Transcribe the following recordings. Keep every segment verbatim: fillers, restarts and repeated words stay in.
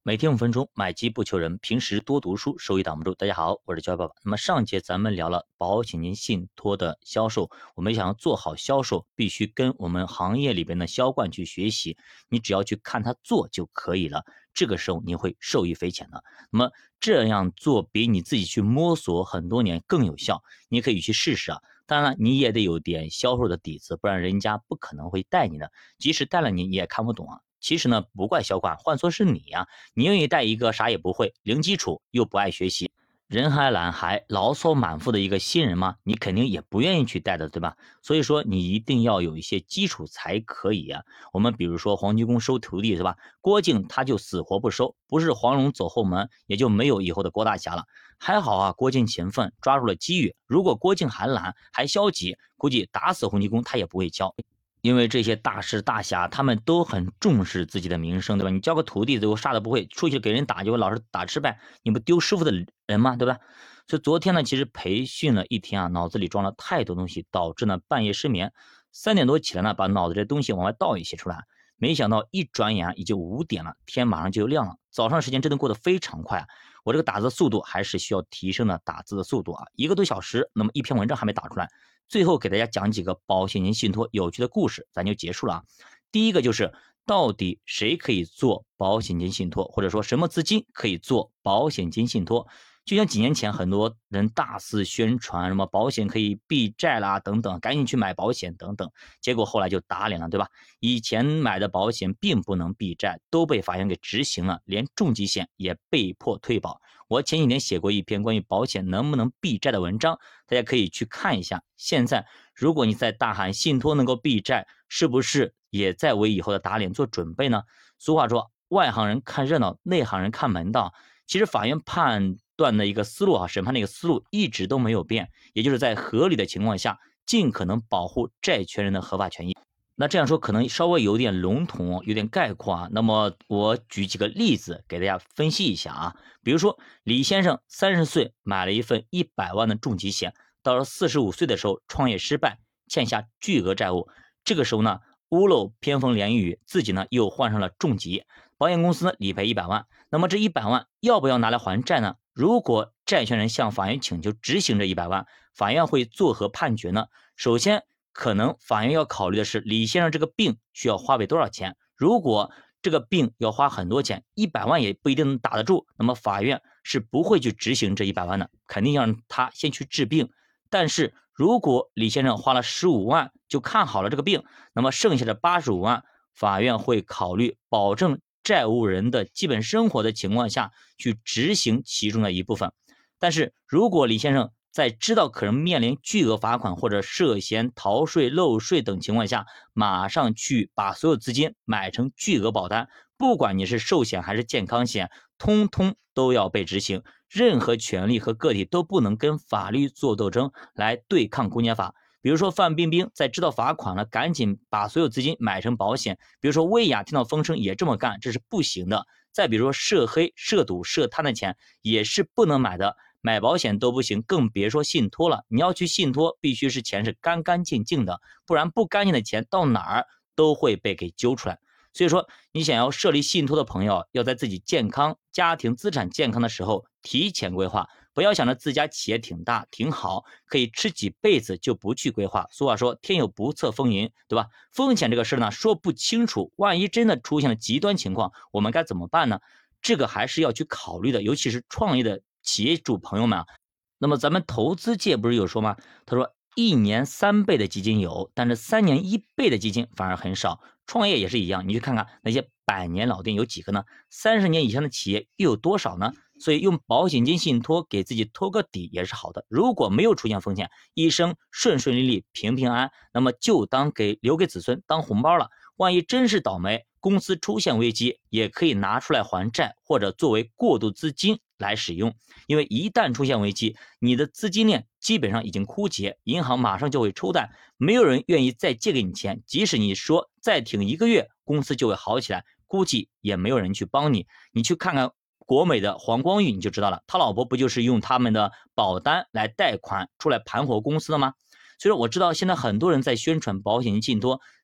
每天五分钟，买基不求人，平时多读书，收益挡不住。大家好，我是教育爸爸。那么上节咱们聊了保险金信托的销售，我们想要做好销售，必须跟我们行业里边的销冠去学习。你只要去看他做就可以了，这个时候你会受益匪浅的。那么这样做比你自己去摸索很多年更有效，你可以去试试啊。当然了，你也得有点销售的底子，不然人家不可能会带你的。即使带了你，你也看不懂啊。其实呢，不怪销冠，换作是你呀、啊，你愿意带一个啥也不会、零基础又不爱学习、人还懒还牢骚满腹的一个新人吗？你肯定也不愿意去带的，对吧？所以说你一定要有一些基础才可以啊。我们比如说黄金宫收徒弟，是吧？郭靖他就死活不收，不是黄蓉走后门，也就没有以后的郭大侠了。还好啊，郭靖勤奋，抓住了机遇。如果郭靖还懒还消极，估计打死洪七公他也不会教。因为这些大师大侠他们都很重视自己的名声，对吧？你教个徒弟最后啥都不会，出去给人打就老是打吃败，你不丢师傅的人吗？对吧？所以昨天呢，其实培训了一天啊，脑子里装了太多东西，导致呢半夜失眠，三点多起来呢，把脑子这东西往外倒一些出来，没想到一转眼啊已经五点了，天马上就亮了，早上时间真的过得非常快啊。我这个打字速度还是需要提升的，打字的速度啊，一个多小时，那么一篇文章还没打出来。最后给大家讲几个保险金信托有趣的故事，咱就结束了啊。第一个就是到底谁可以做保险金信托，或者说什么资金可以做保险金信托？就像几年前很多人大肆宣传什么保险可以避债啦等等，赶紧去买保险等等，结果后来就打脸了，对吧？以前买的保险并不能避债，都被法院给执行了，连重疾险也被迫退保。我前几年写过一篇关于保险能不能避债的文章，大家可以去看一下。现在如果你在大喊信托能够避债，是不是也在为以后的打脸做准备呢？俗话说，外行人看热闹，内行人看门道。其实法院判断的一个思路啊，审判的一个思路一直都没有变，也就是在合理的情况下，尽可能保护债权人的合法权益。那这样说可能稍微有点笼统，有点概括啊。那么我举几个例子给大家分析一下啊。比如说李先生三十岁买了一份一百万的重疾险，到了四十五岁的时候创业失败，欠下巨额债务。这个时候呢，屋漏偏逢连雨，自己呢又患上了重疾，保险公司呢理赔一百万。那么这一百万要不要拿来还债呢？如果债权人向法院请求执行这一百万，法院会作何判决呢？首先，可能法院要考虑的是李先生这个病需要花费多少钱。如果这个病要花很多钱，一百万也不一定能打得住，那么法院是不会去执行这一百万的，肯定要让他先去治病。但是如果李先生花了十五万就看好了这个病，那么剩下的八十五万，法院会考虑保证债务人的基本生活的情况下去执行其中的一部分。但是如果李先生在知道可能面临巨额罚款或者涉嫌逃税漏税等情况下，马上去把所有资金买成巨额保单，不管你是寿险还是健康险，通通都要被执行。任何权利和个体都不能跟法律做斗争来对抗公检法。比如说范冰冰在知道罚款了，赶紧把所有资金买成保险。比如说薇娅听到风声也这么干，这是不行的。再比如说涉黑、涉赌、涉贪的钱也是不能买的。买保险都不行，更别说信托了。你要去信托，必须是钱是干干净净的，不然不干净的钱到哪儿都会被给揪出来。所以说，你想要设立信托的朋友，要在自己健康、家庭资产健康的时候提前规划，不要想着自家企业挺大挺好，可以吃几辈子就不去规划。俗话说，天有不测风云，对吧？风险这个事呢，说不清楚，万一真的出现了极端情况，我们该怎么办呢？这个还是要去考虑的，尤其是创业的企业主朋友们啊。那么咱们投资界不是有说吗？他说一年三倍的基金有，但是三年一倍的基金反而很少。创业也是一样，你去看看那些百年老店有几个呢？三十年以上的企业又有多少呢？所以用保险金信托给自己托个底也是好的。如果没有出现风险，一生顺顺利利平平安，那么就当给留给子孙当红包了。万一真是倒霉，公司出现危机，也可以拿出来还债，或者作为过渡资金来使用。因为一旦出现危机，你的资金链基本上已经枯竭，银行马上就会抽贷，没有人愿意再借给你钱。即使你说再挺一个月，公司就会好起来，估计也没有人去帮你。你去看看国美的黄光裕你就知道了，他老婆不就是用他们的保单来贷款出来盘活公司的吗？所以说我知道现在很多人在宣传保险金信托，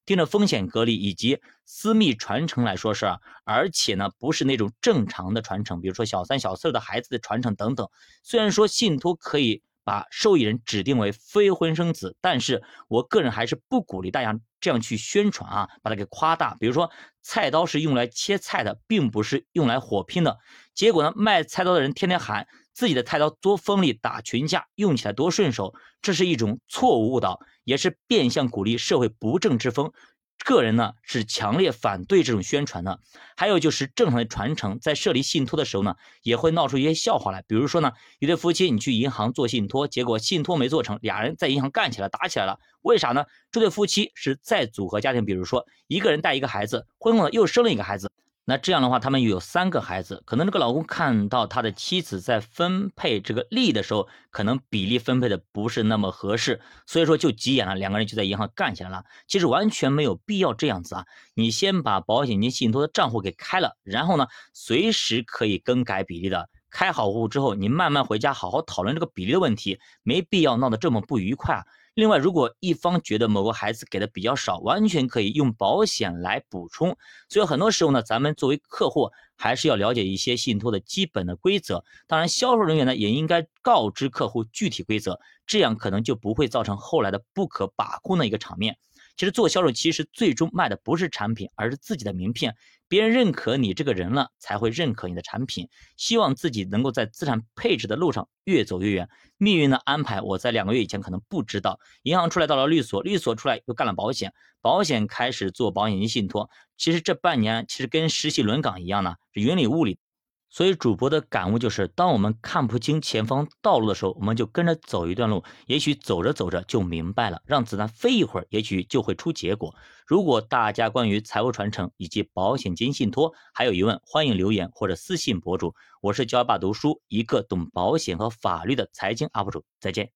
盯着风险隔离以及私密传承来说事儿，而且呢不是那种正常的传承，比如说小三小四的孩子的传承等等。虽然说信托可以把受益人指定为非婚生子，但是我个人还是不鼓励大家这样去宣传啊，把它给夸大。比如说菜刀是用来切菜的，并不是用来火拼的。结果呢，卖菜刀的人天天喊自己的菜刀多锋利，打群架，用起来多顺手，这是一种错误误导，也是变相鼓励社会不正之风。个人呢是强烈反对这种宣传的。还有就是正常的传承，在设立信托的时候呢，也会闹出一些笑话来。比如说呢，一对夫妻你去银行做信托，结果信托没做成，俩人在银行干起来打起来了。为啥呢？这对夫妻是再组合家庭，比如说一个人带一个孩子，婚后呢又生了一个孩子。那这样的话，他们有三个孩子，可能这个老公看到他的妻子在分配这个利益的时候，可能比例分配的不是那么合适，所以说就急眼了，两个人就在银行干起来了。其实完全没有必要这样子啊！你先把保险金信托的账户给开了，然后呢，随时可以更改比例的。开好户之后，你慢慢回家好好讨论这个比例的问题，没必要闹得这么不愉快啊。另外，如果一方觉得某个孩子给的比较少，完全可以用保险来补充。所以很多时候呢，咱们作为客户还是要了解一些信托的基本的规则。当然，销售人员呢也应该告知客户具体规则，这样可能就不会造成后来的不可把控的一个场面。其实做销售，其实最终卖的不是产品，而是自己的名片。别人认可你这个人了，才会认可你的产品。希望自己能够在资产配置的路上越走越远。命运的安排，我在两个月以前可能不知道。银行出来到了律所，律所出来又干了保险，保险开始做保险金信托。其实这半年其实跟实习轮岗一样呢，是云里雾里。所以主播的感悟就是，当我们看不清前方道路的时候，我们就跟着走一段路，也许走着走着就明白了，让子弹飞一会儿，也许就会出结果。如果大家关于财务传承以及保险金信托还有疑问，欢迎留言或者私信博主。我是教爸读书，一个懂保险和法律的财经 U P 主，再见。